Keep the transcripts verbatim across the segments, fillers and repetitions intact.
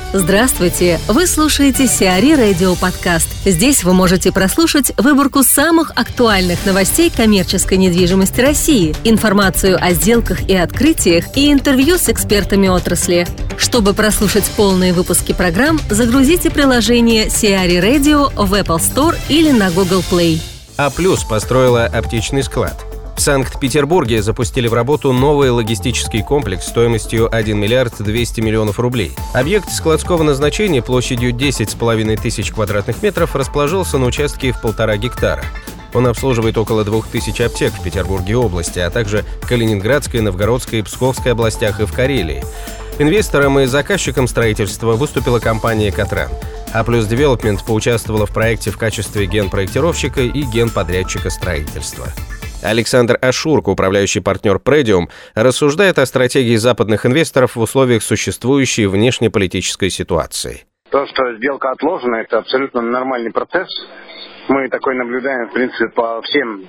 Здравствуйте! Вы слушаете Сиари Радио Подкаст. Здесь вы можете прослушать выборку самых актуальных новостей коммерческой недвижимости России, информацию о сделках и открытиях и интервью с экспертами отрасли. Чтобы прослушать полные выпуски программ, загрузите приложение Сиари Radio в Apple Store или на Google Play. А плюс построила аптечный склад. В Санкт-Петербурге запустили в работу новый логистический комплекс стоимостью один миллиард двести миллионов рублей. Объект складского назначения площадью десять с половиной тысяч квадратных метров расположился на участке в полтора гектара. Он обслуживает около двух тысяч аптек в Петербурге и области, а также Калининградской, Новгородской и Псковской областях и в Карелии. Инвестором и заказчиком строительства выступила компания «Катран». А плюс Девелопмент поучаствовала в проекте в качестве генпроектировщика и генподрядчика строительства. Александр Ашурко, управляющий партнер Predium, рассуждает о стратегии западных инвесторов в условиях существующей внешнеполитической ситуации. То, что сделка отложена, это абсолютно нормальный процесс. Мы такой наблюдаем, в принципе, по всем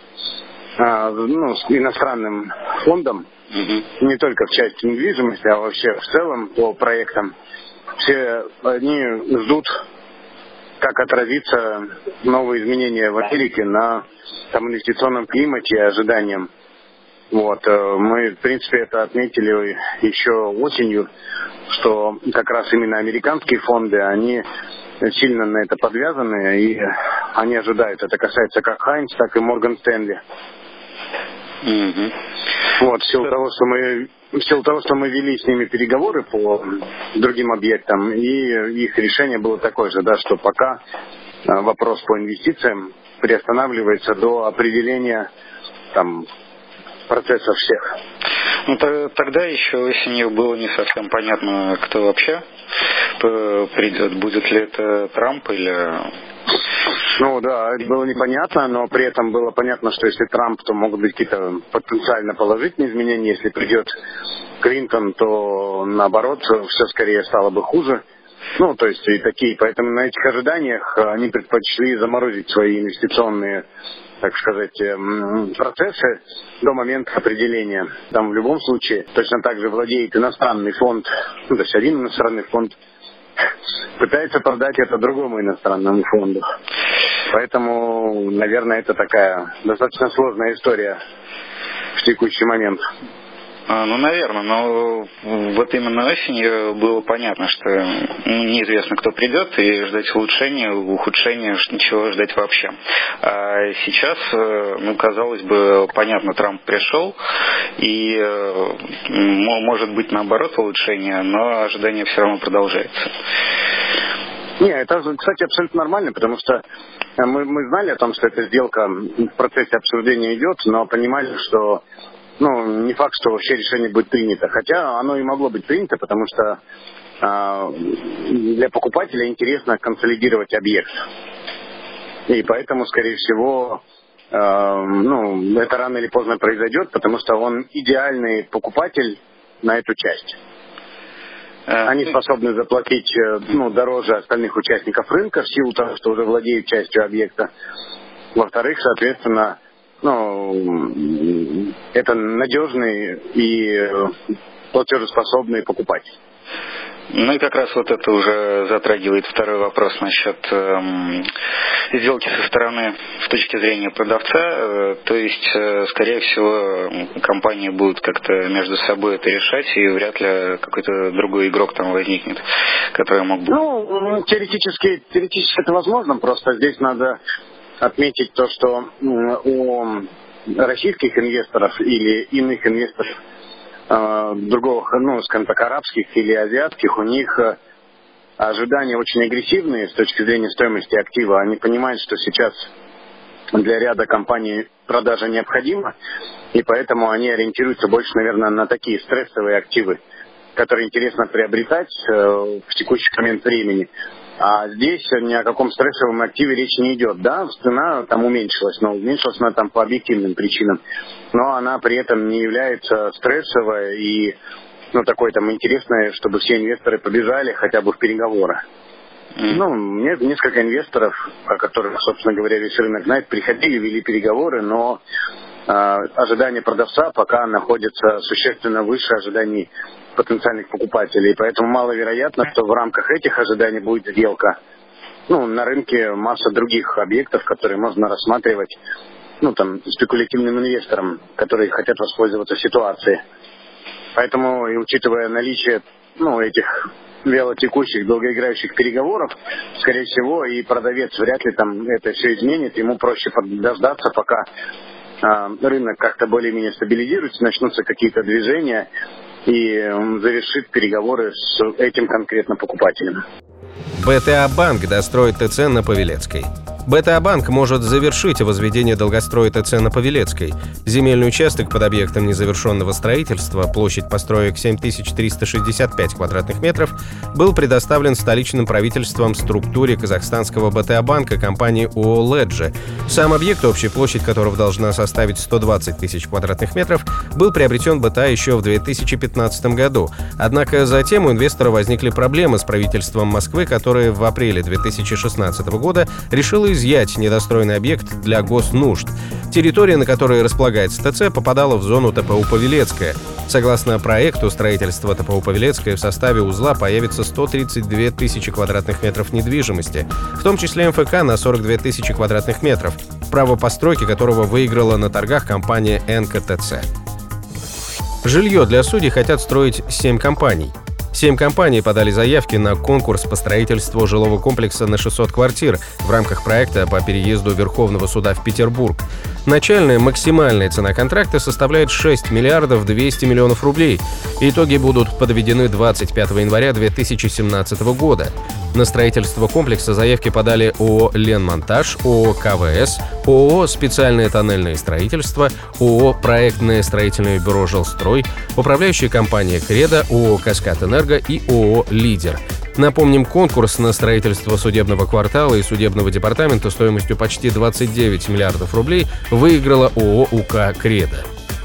а, ну, иностранным фондам, mm-hmm. не только в части недвижимости, а вообще в целом по проектам. Все они ждут, как отразится новые изменения в Америке на там, инвестиционном климате и ожиданиям. Вот. Мы, в принципе, это отметили еще осенью, что как раз именно американские фонды, они сильно на это подвязаны, и они ожидают. Это касается как Хайнс, так и Морган Стэнли. Mm-hmm. Вот, в силу того, что мы в силу того, что мы вели с ними переговоры по другим объектам, и их решение было такое же, да, что пока вопрос по инвестициям приостанавливается до определения там процессов всех. Ну, тогда еще осенью было не совсем понятно, кто вообще придет. Будет ли это Трамп или... Ну да, это было непонятно, но при этом было понятно, что если Трамп, то могут быть какие-то потенциально положительные изменения. Если придет Клинтон, то наоборот, все скорее стало бы хуже. Ну, то есть и такие. Поэтому на этих ожиданиях они предпочли заморозить свои инвестиционные, так сказать, процессы до момента определения. Там в любом случае точно так же владеет иностранный фонд, ну, то есть один иностранный фонд, пытается продать это другому иностранному фонду. Поэтому, наверное, это такая достаточно сложная история в текущий момент. А, ну, наверное, но вот именно осенью было понятно, что ну, неизвестно, кто придет, и ждать улучшения, ухудшения, ничего ждать вообще. А сейчас, ну, казалось бы, понятно, Трамп пришел, и может быть наоборот улучшение, но ожидание все равно продолжается. Не, это, кстати, абсолютно нормально, потому что мы, мы знали о том, что эта сделка в процессе обсуждения идет, но понимали, что ну, не факт, что вообще решение будет принято. Хотя оно и могло быть принято, потому что э, для покупателя интересно консолидировать объект. И поэтому, скорее всего, э, ну, это рано или поздно произойдет, потому что он идеальный покупатель на эту часть. Они способны заплатить ну, дороже остальных участников рынка в силу того, что уже владеют частью объекта. Во-вторых, соответственно, ну, это надежный и платежеспособный покупатель. Ну и как раз вот это уже затрагивает второй вопрос насчет э, сделки со стороны с точки зрения продавца. Э, то есть, э, скорее всего, компании будут как-то между собой это решать, и вряд ли какой-то другой игрок там возникнет, который мог бы... Ну, теоретически, теоретически это возможно, просто здесь надо отметить то, что у российских инвесторов или иных инвесторов другого, ну, скажем так, арабских или азиатских, у них ожидания очень агрессивные с точки зрения стоимости актива. Они понимают, что сейчас для ряда компаний продажа необходима, и поэтому они ориентируются больше, наверное, на такие стрессовые активы, которые интересно приобретать в текущий момент времени. А здесь ни о каком стрессовом активе речи не идет. Да, цена там уменьшилась, но уменьшилась она там по объективным причинам. Но она при этом не является стрессовой и ну, такой там интересной, чтобы все инвесторы побежали хотя бы в переговоры. Mm. Ну, мне несколько инвесторов, о которых, собственно говоря, весь рынок знает, приходили, вели переговоры, но э, ожидания продавца пока находятся существенно выше ожиданий потенциальных покупателей. Поэтому маловероятно, что в рамках этих ожиданий будет сделка. Ну, на рынке масса других объектов, которые можно рассматривать, ну, там, спекулятивным инвесторам, которые хотят воспользоваться ситуацией. Поэтому, и учитывая наличие, ну, этих вялотекущих, долгоиграющих переговоров, скорее всего, и продавец вряд ли там это все изменит. Ему проще дождаться, пока а, рынок как-то более-менее стабилизируется, начнутся какие-то движения, и он завершит переговоры с этим конкретно покупателем. БТА-банк достроит ТЦ на Павелецкой. БТА-банк может завершить возведение долгостроя ТЦ на Павелецкой. Земельный участок под объектом незавершенного строительства, площадь построек семь тысяч триста шестьдесят пять квадратных метров, был предоставлен столичным правительством структуре казахстанского БТА-банка компании ООО «Леджи». Сам объект, общая площадь которого должна составить сто двадцать тысяч квадратных метров, был приобретен БТА еще в две тысячи пятнадцатом году. Однако затем у инвестора возникли проблемы с правительством Москвы, которое в апреле две тысячи шестнадцатого года решило изъять недостроенный объект для госнужд. Территория, на которой располагается ТЦ, попадала в зону ТПУ «Павелецкая». Согласно проекту строительства ТПУ «Павелецкая» в составе узла появится сто тридцать две тысячи квадратных метров недвижимости, в том числе МФК на сорок две тысячи квадратных метров, право постройки которого выиграла на торгах компания эн ка тэ цэ. Жилье для судей хотят строить семь компаний. Семь компаний подали заявки на конкурс по строительству жилого комплекса на шестьсот квартир в рамках проекта по переезду Верховного суда в Петербург. Начальная максимальная цена контракта составляет шесть миллиардов двести миллионов рублей. Итоги будут подведены двадцать пятого января две тысячи семнадцатого года. На строительство комплекса заявки подали ООО «Ленмонтаж», ООО «ка вэ эс», ООО «Специальное тоннельное строительство», ООО «Проектное строительное бюро «Жилстрой», управляющая компания «Кредо», ООО «Каскад-Энерго» и ООО «Лидер». Напомним, конкурс на строительство судебного квартала и судебного департамента стоимостью почти двадцать девять миллиардов рублей выиграла ООО «УК Кредо».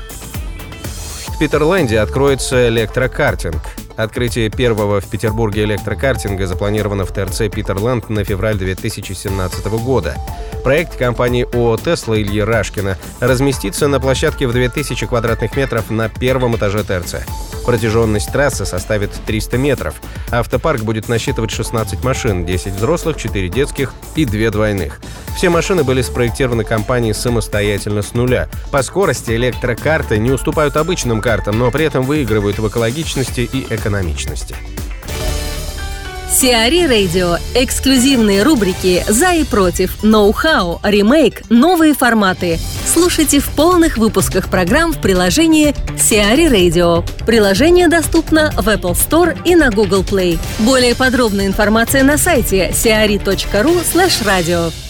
В Питерленде откроется электрокартинг. Открытие первого в Петербурге электрокартинга запланировано в ТРЦ «Питерленд» на февраль две тысячи семнадцатого года. Проект компании ООО «Тесла» Ильи Рашкина разместится на площадке в две тысячи квадратных метров на первом этаже ТРЦ. Протяженность трассы составит триста метров. Автопарк будет насчитывать шестнадцать машин, десять взрослых, четыре детских и две двойных. Все машины были спроектированы компанией самостоятельно с нуля. По скорости электрокарты не уступают обычным картам, но при этом выигрывают в экологичности и экономичности. Сиари Radio. Эксклюзивные рубрики «За и против», «Ноу-хау», «Ремейк», «Новые форматы». Слушайте в полных выпусках программ в приложении Сиари Radio. Приложение доступно в Apple Store и на Google Play. Более подробная информация на сайте сиари точка ру слэш радио.